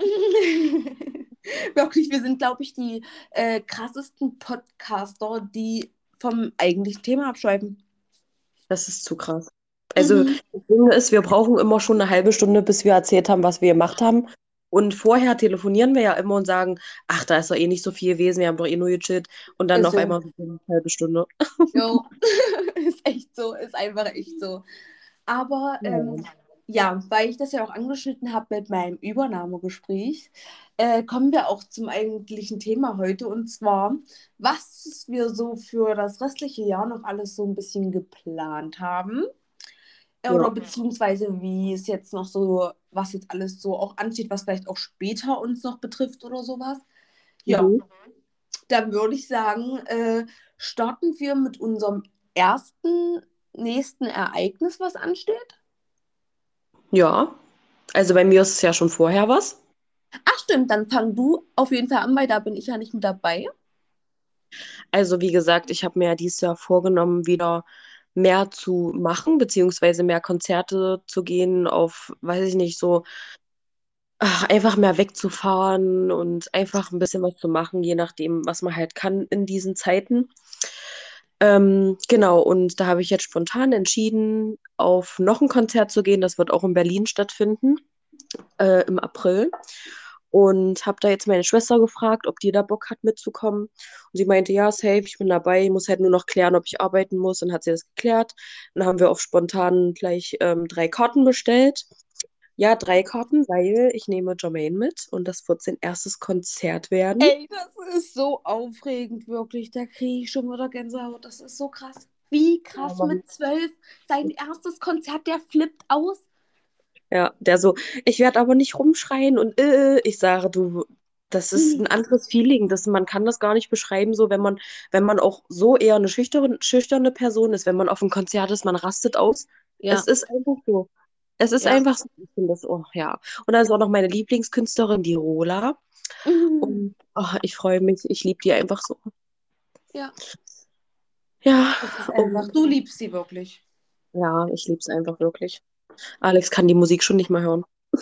Wirklich, wir sind, glaube ich, die krassesten Podcaster, die vom eigentlichen Thema abschweifen. Das ist zu krass. Also, Mhm. das Ding ist, wir brauchen immer schon eine halbe Stunde, bis wir erzählt haben, was wir gemacht haben. Und vorher telefonieren wir ja immer und sagen, ach, da ist doch eh nicht so viel gewesen, wir haben doch eh nur gechillt. Und dann Ist auf so. einmal so eine halbe Stunde. Jo. Ist echt so, ist einfach echt so. Aber Ja. ja, weil ich das ja auch angeschnitten habe mit meinem Übernahmegespräch, kommen wir auch zum eigentlichen Thema heute. Und zwar, was wir so für das restliche Jahr noch alles so ein bisschen geplant haben. Oder Ja. beziehungsweise wie es jetzt noch so, was jetzt alles so auch ansteht, was vielleicht auch später uns noch betrifft oder sowas. Ja, Mhm. dann würde ich sagen, starten wir mit unserem ersten nächsten Ereignis, was ansteht. Ja. Also bei mir ist es ja schon vorher was. Ach stimmt, dann fang du auf jeden Fall an, weil da bin ich ja nicht mit dabei. Also wie gesagt, ich habe mir ja dieses Jahr vorgenommen, wieder mehr zu machen, beziehungsweise mehr Konzerte zu gehen, auf, weiß ich nicht, so einfach mehr wegzufahren und einfach ein bisschen was zu machen, je nachdem, was man halt kann in diesen Zeiten. Genau, und da habe ich jetzt spontan entschieden, auf noch ein Konzert zu gehen. Das wird auch in Berlin stattfinden, im April. Und habe da jetzt meine Schwester gefragt, ob die da Bock hat mitzukommen. Und sie meinte, ja, safe, ich bin dabei, ich muss halt nur noch klären, ob ich arbeiten muss. Dann hat sie das geklärt. Dann haben wir auf spontan gleich 3 Karten bestellt. Ja, 3 Karten, weil ich nehme Jermaine mit und das wird sein erstes Konzert werden. Ey, das ist so aufregend, wirklich. Da kriege ich schon wieder Gänsehaut. Das ist so krass. Wie Ja, krass Mann. mit 12. Sein erstes Konzert, der flippt aus. Ja, der so, ich werde aber nicht rumschreien und ich sage, du, das ist ein anderes Feeling, man kann das gar nicht beschreiben, so wenn man auch so eher eine schüchterne Person ist, wenn man auf einem Konzert ist, man rastet aus. Es Ja, ist einfach so. Es ist ja. einfach so, ich finde das, oh ja. Und dann ist auch noch meine Lieblingskünstlerin, die Rola. Und ich freue mich, ich liebe die einfach so. Ja, Ja, das ist einfach, und du liebst sie wirklich. ja, ich liebe es einfach wirklich. Alex kann die Musik schon nicht mehr hören.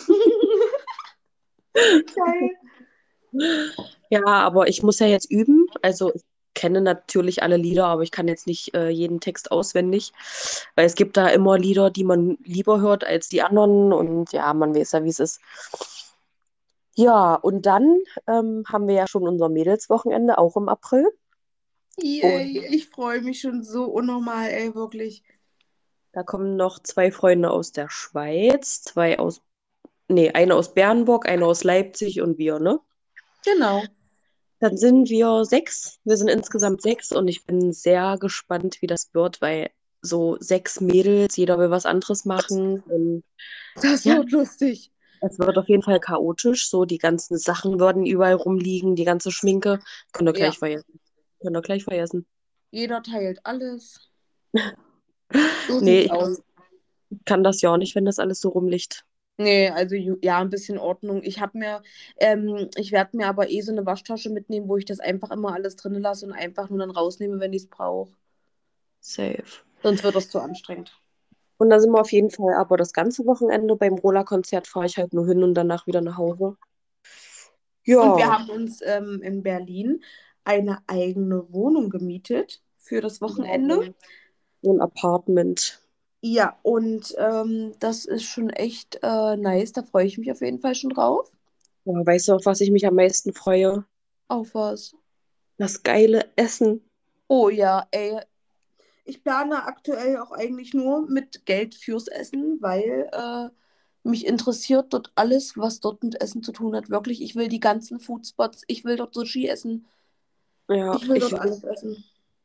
Geil. Ja, aber ich muss ja jetzt üben. Also ich kenne natürlich alle Lieder, aber ich kann jetzt nicht jeden Text auswendig, weil es gibt da immer Lieder, die man lieber hört als die anderen und ja, man weiß ja, wie es ist. Ja, und dann haben wir ja schon unser Mädelswochenende, auch im April. Und Yay, ich freue mich schon so unnormal, ey, wirklich. da kommen noch 2 Freunde aus der Schweiz, nee, eine aus Bernburg, eine aus Leipzig und wir, ne? Genau. Dann sind wir 6. Wir sind insgesamt 6 und ich bin sehr gespannt, wie das wird, weil so 6 Mädels, jeder will was anderes machen. Und Das ja, wird lustig. es wird auf jeden Fall chaotisch. So, die ganzen Sachen würden überall rumliegen, die ganze Schminke. Könnt ihr Ja, gleich vergessen. Könnt ihr gleich vergessen. jeder teilt alles. So Nee, sieht's ich aus. kann das ja auch nicht, wenn das alles so rumliegt. Nee, also ja, ein bisschen Ordnung. Ich werde mir aber eh so eine Waschtasche mitnehmen, wo ich das einfach immer alles drin lasse und einfach nur dann rausnehme, wenn ich es brauche. Safe. Sonst wird das zu anstrengend. Und da sind wir auf jeden Fall, aber das ganze Wochenende beim Rola-Konzert fahre ich halt nur hin und danach wieder nach Hause. Und wir Ja, haben uns in Berlin eine eigene Wohnung gemietet für das Wochenende. ja, so ein Apartment. Ja, und das ist schon echt nice. Da freue ich mich auf jeden Fall schon drauf. Ja, weißt du, auf was ich mich am meisten freue? Auf was? Das geile Essen. Oh ja, ey. Ich plane aktuell auch eigentlich nur mit Geld fürs Essen, weil mich interessiert dort alles, was dort mit Essen zu tun hat. Wirklich, ich will die ganzen Foodspots, ich will dort Sushi essen, Ja, ich will dort alles essen.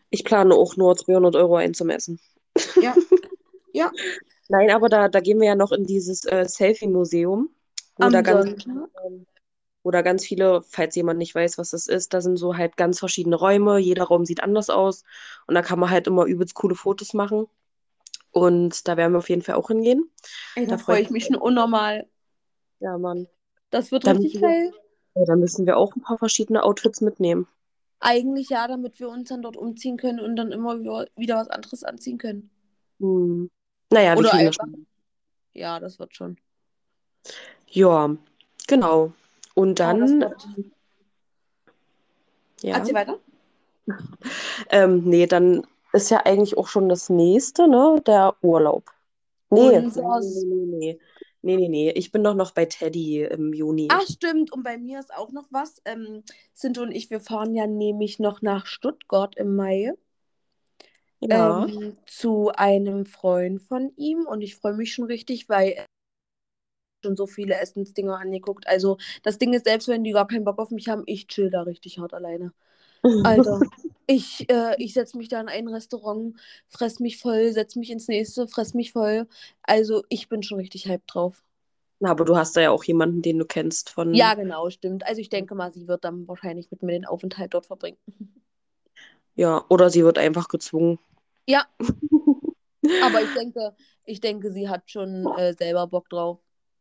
Ich plane auch nur 200 € einzumessen. Ja, ja. Nein, aber da gehen wir ja noch in dieses Selfie-Museum, wo da Am ganz, Sonntag. ähm, wo da ganz viele, falls jemand nicht weiß, was das ist, da sind so halt ganz verschiedene Räume. Jeder Raum sieht anders aus. Und da kann man halt immer übelst coole Fotos machen. Und da werden wir auf jeden Fall auch hingehen. Ey, da Da freue freue ich ich mich mich auch. schon unnormal. Ja, Mann. Das wird Da richtig müssen wir, geil. da müssen wir auch ein paar verschiedene Outfits mitnehmen. Eigentlich ja, damit wir uns dann dort umziehen können und dann immer wieder was anderes anziehen können. Hm. Naja, wir Oder kriegen das einfach. schon. Ja, das wird schon. Ja, genau. Und Oh, das dann, wird. ja, Erzähl weiter. nee, dann ist ja eigentlich auch schon das nächste, ne, der Urlaub. Nee, nee, Unser. nee, nee, nee. Nee, nee, nee. Ich bin doch noch bei Teddy im Juni. Ach, stimmt. Und bei mir ist auch noch was. Sindre und ich, wir fahren ja nämlich noch nach Stuttgart im Mai. Ja. Zu einem Freund von ihm. Und ich freue mich schon richtig, weil er schon so viele Essensdinger angeguckt. Also, das Ding ist, selbst wenn die gar keinen Bock auf mich haben, ich chill da richtig hart alleine. Alter, ich setze mich da in ein Restaurant, fress mich voll, setze mich ins nächste, fress mich voll. Also, ich bin schon richtig hyped drauf. Na, aber du hast da ja auch jemanden, den du kennst Ja, von. genau, stimmt. Also, ich denke mal, sie wird dann wahrscheinlich mit mir den Aufenthalt dort verbringen. Ja, oder sie wird einfach gezwungen. Ja, aber ich denke, sie hat schon selber Bock drauf.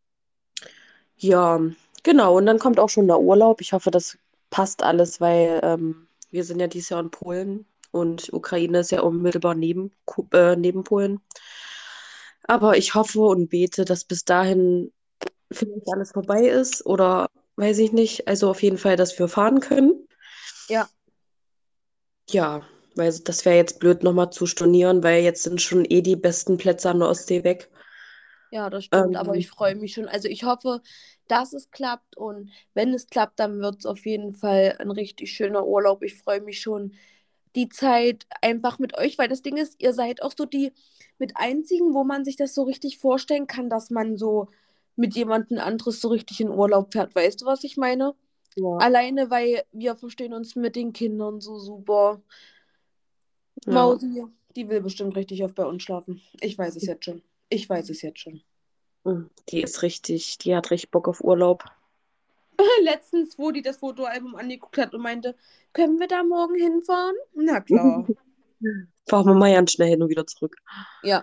Ja, genau. Und dann kommt auch schon der Urlaub. Ich hoffe, das passt alles, weil wir sind ja dieses Jahr in Polen und Ukraine ist ja unmittelbar neben Polen. Aber ich hoffe und bete, dass bis dahin vielleicht alles vorbei ist oder weiß ich nicht. Also auf jeden Fall, dass wir fahren können. Ja, Ja, weil das wäre jetzt blöd, nochmal zu stornieren, weil jetzt sind schon eh die besten Plätze an der Ostsee weg. ja, das stimmt. Aber Ähm, ich freue mich schon. Also, ich hoffe, dass es klappt. Und wenn es klappt, dann wird es auf jeden Fall ein richtig schöner Urlaub. Ich freue mich schon die Zeit einfach mit euch, weil das Ding ist, ihr seid auch so die mit einzigen, wo man sich das so richtig vorstellen kann, dass man so mit jemandem anderes so richtig in Urlaub fährt. Weißt du, was ich meine? ja, Alleine, weil wir verstehen uns mit den Kindern so super. ja. Mausi, die will bestimmt richtig oft bei uns schlafen. Ich weiß es jetzt schon. Ich weiß es jetzt schon. Die hat richtig Bock auf Urlaub. Letztens, wo die das Fotoalbum angeguckt hat und meinte, können wir da morgen hinfahren? Na klar. Fahren wir mal ganz schnell hin und wieder zurück. Ja,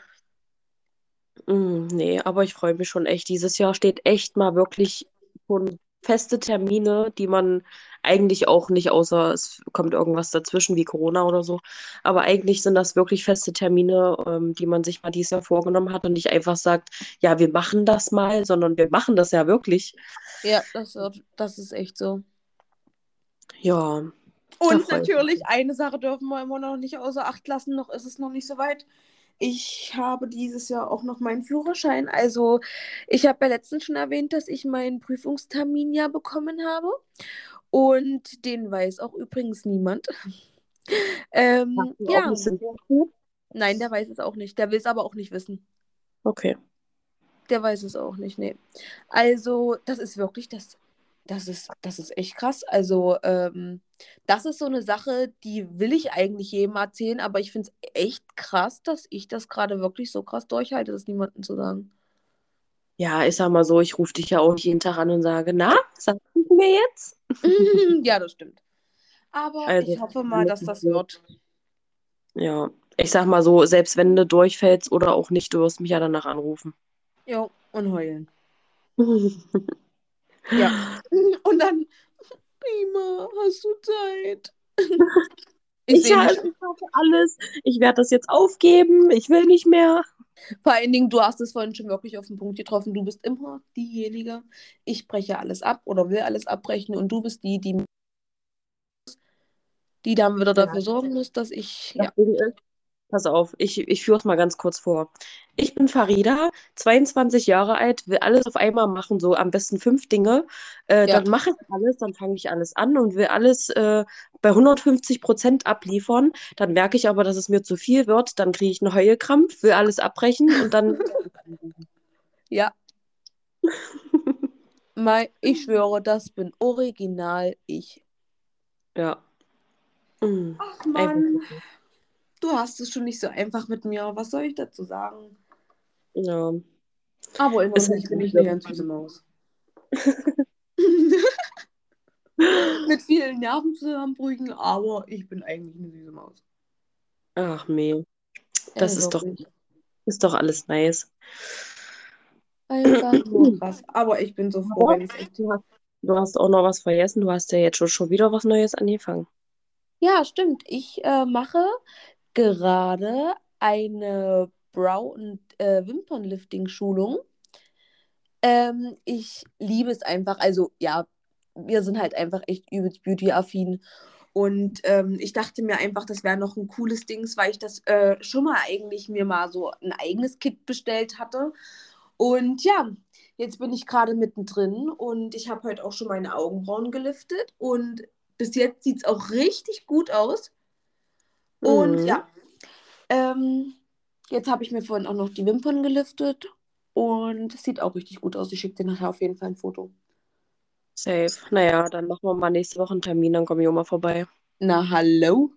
Nee, aber ich freue mich schon echt. Dieses Jahr steht echt mal wirklich schon feste Termine, die man eigentlich auch nicht, außer es kommt irgendwas dazwischen wie Corona oder so. Aber eigentlich sind das wirklich feste Termine, die man sich mal dieses Jahr vorgenommen hat und nicht einfach sagt, ja, wir machen das mal, sondern wir machen das ja wirklich. ja, das ist echt so. Ja, da Und freue ich mich. natürlich, eine Sache dürfen wir immer noch nicht außer Acht lassen, noch ist es noch nicht so weit. Ich habe dieses Jahr auch noch meinen Führerschein. Also, ich habe ja letztens schon erwähnt, dass ich meinen Prüfungstermin ja bekommen habe. Und den weiß auch übrigens niemand. Hast du auch Ja, nicht Interview? nein, der weiß es auch nicht. Der will es aber auch nicht wissen. Okay. Der weiß es auch nicht, nee. Also, das ist wirklich, das ist echt krass. Also, das ist so eine Sache, die will ich eigentlich jedem erzählen, aber ich finde es echt krass, dass ich das gerade wirklich so krass durchhalte, das niemandem zu sagen. Ja, ich sag mal so, ich rufe dich ja auch nicht jeden Tag an und sage, na, sagst du mir jetzt? Ja, das stimmt. Aber ich Also, hoffe mal, dass das wird. ja, ich sag mal so, selbst wenn du durchfällst oder auch nicht, du wirst mich ja danach anrufen. Jo, und heulen. Ja. Und dann, Prima, hast du Zeit? Ich sehe mich. Ich schaffe alles. Ich werde das jetzt aufgeben. Ich will nicht mehr. Vor allen Dingen, du hast es vorhin schon wirklich auf den Punkt getroffen. Du bist immer diejenige. Ich breche alles ab oder will alles abbrechen und du bist die dann wieder Ja, dafür sorgen muss, dass ich, das ja, Ding ist, pass auf, ich führe es mal ganz kurz vor. Ich bin Farida, 22 Jahre alt, will alles auf einmal machen, so am besten 5 Dinge. ja, Dann mache ich alles, dann fange ich alles an und will alles bei 150% abliefern. Dann merke ich aber, dass es mir zu viel wird. Dann kriege ich einen Heulkrampf, will alles abbrechen und dann. ja, ich schwöre, das bin original ich. Ja. Mhm. Ach Einfach Mann, so. du hast es schon nicht so einfach mit mir. Was soll ich dazu sagen? Ja, Aber ist halt innerlich bin nicht ich eine wirklich. ganz süße Maus. Mit vielen Nervenzusammenbrüchen, aber ich bin eigentlich eine süße Maus. Ach nee, das Ey, wirklich. ist doch alles nice. Einfach nur krass. Aber ich bin so froh, Aber wenn ich es echt. du hast auch noch was vergessen. Du hast ja jetzt schon wieder was Neues angefangen. Ja, stimmt. Ich mache gerade eine Brow- und Wimpernlifting-Schulung. Ich liebe es einfach. Also ja, wir sind halt einfach echt übelst beauty-affin. Und ich dachte mir einfach, das wäre noch ein cooles Ding, weil ich das schon mal eigentlich mir mal so ein eigenes Kit bestellt hatte. Und ja, jetzt bin ich gerade mittendrin und ich habe heute auch schon meine Augenbrauen geliftet und bis jetzt sieht es auch richtig gut aus. Und Mhm. ja, ähm, jetzt habe ich mir vorhin auch noch die Wimpern geliftet und es sieht auch richtig gut aus. Ich schicke dir nachher auf jeden Fall ein Foto. Safe. Naja, dann machen wir mal nächste Woche einen Termin, dann komme ich auch mal vorbei. Na, hallo?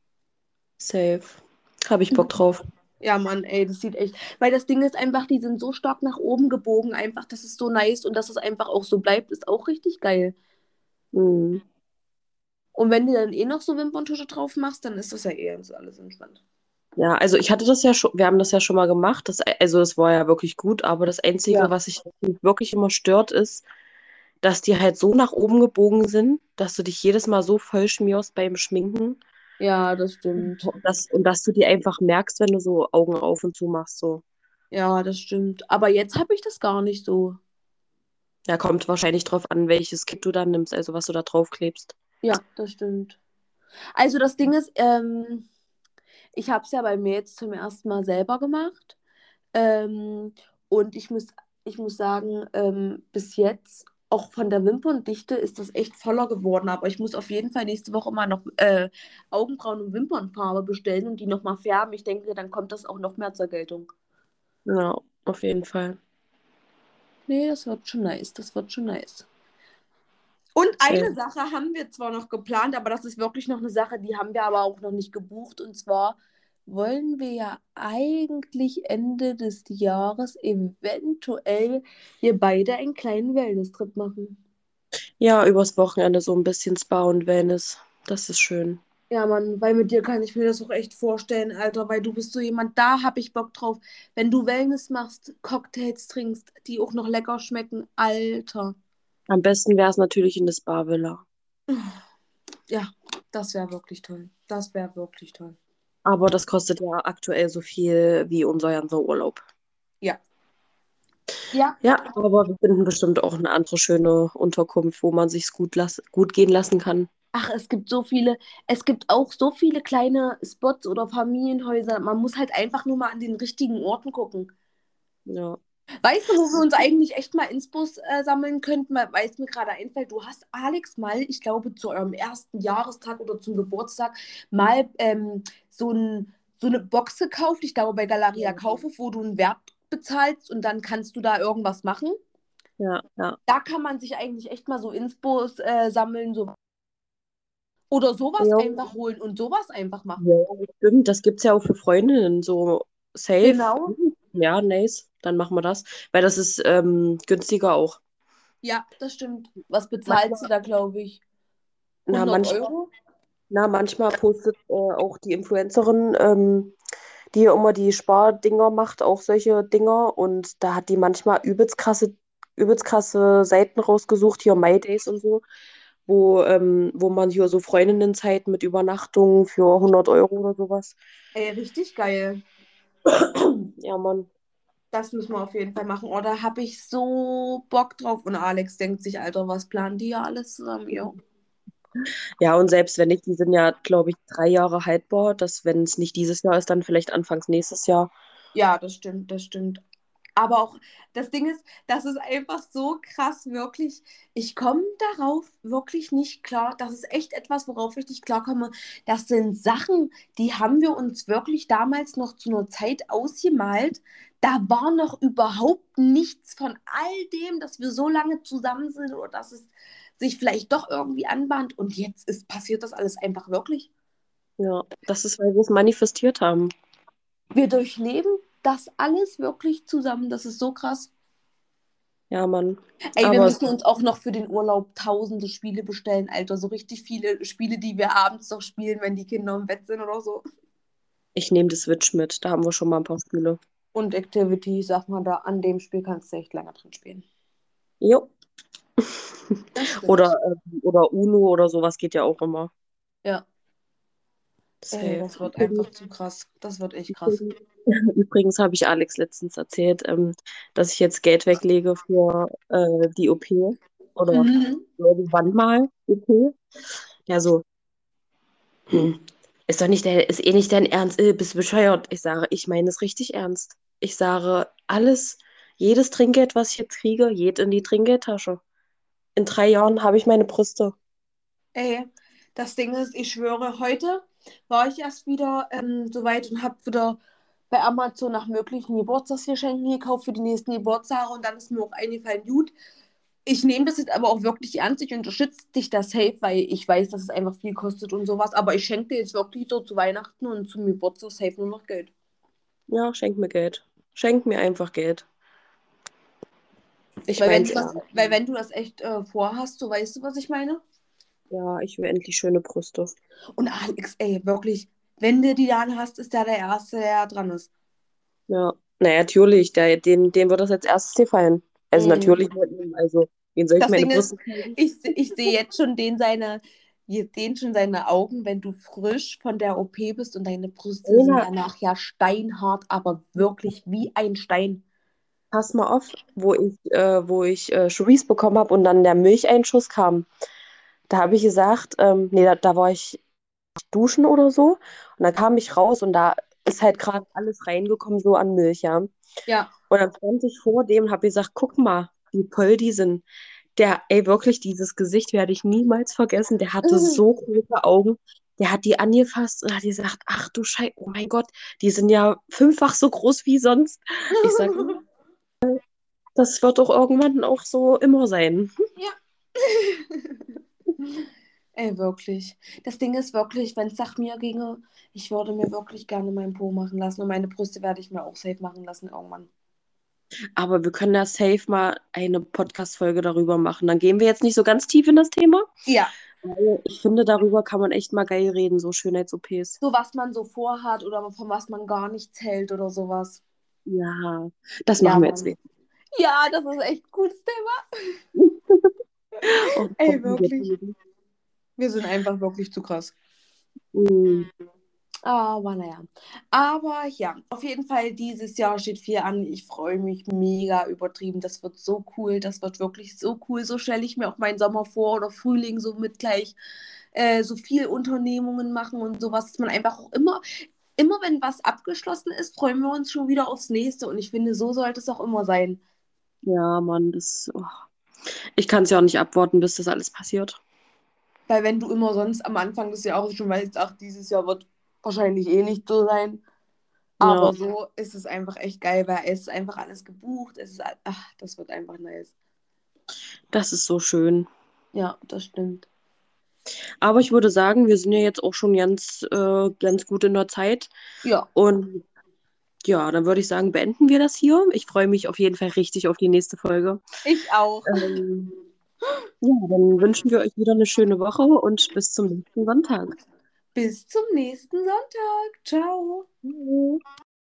Safe. Habe ich Bock drauf. Ja, Mann, ey, das sieht echt. Weil das Ding ist einfach, die sind so stark nach oben gebogen, einfach, das ist so nice und dass es einfach auch so bleibt, ist auch richtig geil. Mhm. Und wenn du dann eh noch so Wimperntusche drauf machst, dann ist das ja eh alles entspannt. Ja, also ich hatte das ja schon, wir haben das ja schon mal gemacht. Also es war ja wirklich gut, aber das Einzige, Ja, was sich wirklich immer stört, ist, dass die halt so nach oben gebogen sind, dass du dich jedes Mal so voll schmierst beim Schminken. ja, das stimmt. Und dass du die einfach merkst, wenn du so Augen auf und zu machst. So. Ja, das stimmt. Aber jetzt habe ich das gar nicht so. Ja, kommt wahrscheinlich drauf an, welches Kit du dann nimmst, also was du da drauf klebst. Ja, das stimmt. Also das Ding ist, ich habe es ja bei mir jetzt zum ersten Mal selber gemacht. Ähm, und ich muss sagen, bis jetzt, auch von der Wimperndichte, ist das echt voller geworden. Aber ich muss auf jeden Fall nächste Woche mal noch Augenbrauen- und Wimpernfarbe bestellen und die nochmal färben. Ich denke, dann kommt das auch noch mehr zur Geltung. Ja, auf jeden Fall. Nee, das wird schon nice. Das wird schon nice. Und Safe. eine Sache haben wir zwar noch geplant, aber das ist wirklich noch eine Sache, die haben wir aber auch noch nicht gebucht. Und zwar wollen wir ja eigentlich Ende des Jahres eventuell hier beide einen kleinen Wellness-Trip machen. Ja, übers Wochenende so ein bisschen Spa und Wellness. Das ist schön. Ja, Mann, weil mit dir kann ich mir das auch echt vorstellen, Alter, weil du bist so jemand, da hab ich Bock drauf. Wenn du Wellness machst, Cocktails trinkst, die auch noch lecker schmecken, Alter. Am besten wäre es natürlich in der Spa-Villa. Ja, das wäre wirklich toll. Das wäre wirklich toll. Aber das kostet ja aktuell so viel wie unser ganzer Urlaub. Ja. Ja, Ja, aber wir finden bestimmt auch eine andere schöne Unterkunft, wo man sich's gut gehen lassen kann. ach, es gibt auch so viele kleine Spots oder Familienhäuser. Man muss halt einfach nur mal an den richtigen Orten gucken. Ja. Weißt du, wo wir uns eigentlich echt mal Inspos sammeln könnten? Weil es mir gerade einfällt, du hast Alex mal, ich glaube, zu eurem ersten Jahrestag oder zum Geburtstag mal so eine Box gekauft, ich glaube bei Galeria Kaufhof, wo du einen Wert bezahlst und dann kannst du da irgendwas machen. Ja, ja. Da kann man sich eigentlich echt mal so Inspos sammeln, so oder sowas Ja, einfach holen und sowas einfach ja, machen. stimmt. Das gibt's ja auch für Freundinnen, so safe. Genau. Ja, nice. Dann machen wir das. Weil das ist günstiger auch. Ja, das stimmt. Was bezahlst du Manchmal, da, glaube ich? na, 100 manchmal, Euro? manchmal postet auch die Influencerin, die ja immer die Spardinger macht, auch solche Dinger. Und da hat die manchmal übelst krasse Seiten rausgesucht, hier My Days und so, wo man hier so Freundinnenzeit mit Übernachtung für 100 Euro oder sowas. Ey, richtig geil. Ja, Mann. Das müssen wir auf jeden Fall machen. Oh, da habe ich so Bock drauf. Und Alex denkt sich, Alter, was planen die ja alles zusammen? Jo. Ja, und selbst wenn nicht, die sind ja, glaube ich, 3 Jahre haltbar, dass wenn es nicht dieses Jahr ist, dann vielleicht anfangs nächstes Jahr. Ja, das stimmt, das stimmt. Aber auch das Ding ist, das ist einfach so krass, wirklich. Ich komme darauf wirklich nicht klar. Das ist echt etwas, worauf ich nicht klarkomme. Das sind Sachen, die haben wir uns wirklich damals noch zu einer Zeit ausgemalt. Da war noch überhaupt nichts von all dem, dass wir so lange zusammen sind oder dass es sich vielleicht doch irgendwie anbahnt. Und jetzt passiert das alles einfach wirklich. Ja, das ist, weil wir es manifestiert haben. Wir durchleben das alles wirklich zusammen. Das ist so krass. Ja, Mann. Ey, wir Aber müssen uns auch noch für den Urlaub tausende Spiele bestellen, Alter. So richtig viele Spiele, die wir abends noch spielen, wenn die Kinder im Bett sind oder so. ich nehme die Switch mit. Da haben wir schon mal ein paar Spiele. Und Activity, sag mal, da an dem Spiel kannst du echt lange drin spielen. Jo. Das Oder, stimmt. oder Uno oder sowas geht ja auch immer. Ja. Ey, Safe. das wird einfach zu krass. Das wird echt krass. Übrigens, übrigens habe ich Alex letztens erzählt, dass ich jetzt Geld weglege für die OP. Oder Mhm. irgendwann mal OP. Ja, so, hm, ist eh nicht dein Ernst, bist du bescheuert. Ich sage, ich meine es richtig ernst. Ich sage, alles, jedes Trinkgeld, was ich jetzt kriege, geht in die Trinkgeldtasche. In 3 Jahren habe ich meine Brüste. Ey, das Ding ist, ich schwöre, heute war ich erst wieder so weit und habe wieder bei Amazon nach möglichen Geburtstagsgeschenken gekauft für die nächsten Geburtstage und dann ist mir auch eingefallen, gut, ich nehme das jetzt aber auch wirklich ernst, ich unterstütze dich da safe, weil ich weiß, dass es einfach viel kostet und sowas, aber ich schenke dir jetzt wirklich so zu Weihnachten und zum Geburtstag safe nur noch Geld. Ja, schenk mir Geld. Schenk mir einfach Geld. Ich Weil wenn mein's du das, ernst. weil wenn du das echt vorhast, so weißt du, was ich meine? Ja, ich will endlich schöne Brüste. Und Alex, ey, wirklich, wenn du die dann hast, ist der Erste, der dran ist. Ja, naja, natürlich, dem wird das als erstes gefallen. Also natürlich Mhm. mit ihm, also, wen soll ich Das meine Ding ist, Brüste zeigen? ich sehe jetzt schon den schon seine Augen, wenn du frisch von der OP bist und deine Brüste sind Lena, danach ja steinhart, aber wirklich wie ein Stein. pass mal auf, wo ich Cherise bekommen habe und dann der Milcheinschuss kam. Da habe ich gesagt, nee, da war ich duschen oder so. Und dann kam ich raus und da ist halt gerade alles reingekommen, so an Milch, ja. Und Ja. dann stand ich vor dem und habe gesagt, guck mal, wie voll die sind. Ey, wirklich, dieses Gesicht werde ich niemals vergessen. Der hatte so große Augen. Der hat die angefasst und hat gesagt, ach du Scheiße, oh mein Gott, die sind ja 5-fach so groß wie sonst. Ich sage, das wird doch irgendwann auch so immer sein. Ja. Ey, wirklich. Das Ding ist wirklich, wenn es nach mir ginge, ich würde mir wirklich gerne meinen Po machen lassen und meine Brüste werde ich mir auch safe machen lassen irgendwann. Aber wir können da safe mal eine Podcast-Folge darüber machen. Dann gehen wir jetzt nicht so ganz tief in das Thema. Ja, Weil ich finde, darüber kann man echt mal geil reden, so Schönheits-OPs. so was man so vorhat oder von was man gar nichts hält oder sowas. Ja, das Ja, machen wir jetzt Mann. nicht. Ja, das ist echt ein cooles Thema. Oh Gott, Ey, wie wir wirklich. reden. Wir sind einfach wirklich zu krass. Mm. Aber naja. Aber ja, auf jeden Fall, dieses Jahr steht viel an. Ich freue mich mega übertrieben. Das wird so cool. Das wird wirklich so cool. So stelle ich mir auch meinen Sommer vor oder Frühling so mit gleich so viel Unternehmungen machen und sowas, dass man einfach auch immer wenn was abgeschlossen ist, freuen wir uns schon wieder aufs nächste. Und ich finde, so sollte es auch immer sein. Ja, Mann, ich kann es ja auch nicht abwarten, bis das alles passiert. Weil wenn du immer sonst am Anfang des Jahres schon weißt, ach, dieses Jahr wird wahrscheinlich eh nicht so sein. Ja, Aber so ist es einfach echt geil, weil es ist einfach alles gebucht. Ach, das wird einfach nice. das ist so schön. Ja, das stimmt. Aber ich würde sagen, wir sind ja jetzt auch schon ganz gut in der Zeit. Ja, Und ja, dann würde ich sagen, beenden wir das hier. Ich freue mich auf jeden Fall richtig auf die nächste Folge. ich auch. Ähm, ja, dann wünschen wir euch wieder eine schöne Woche und bis zum nächsten Sonntag. Bis zum nächsten Sonntag. Ciao. Tschüss.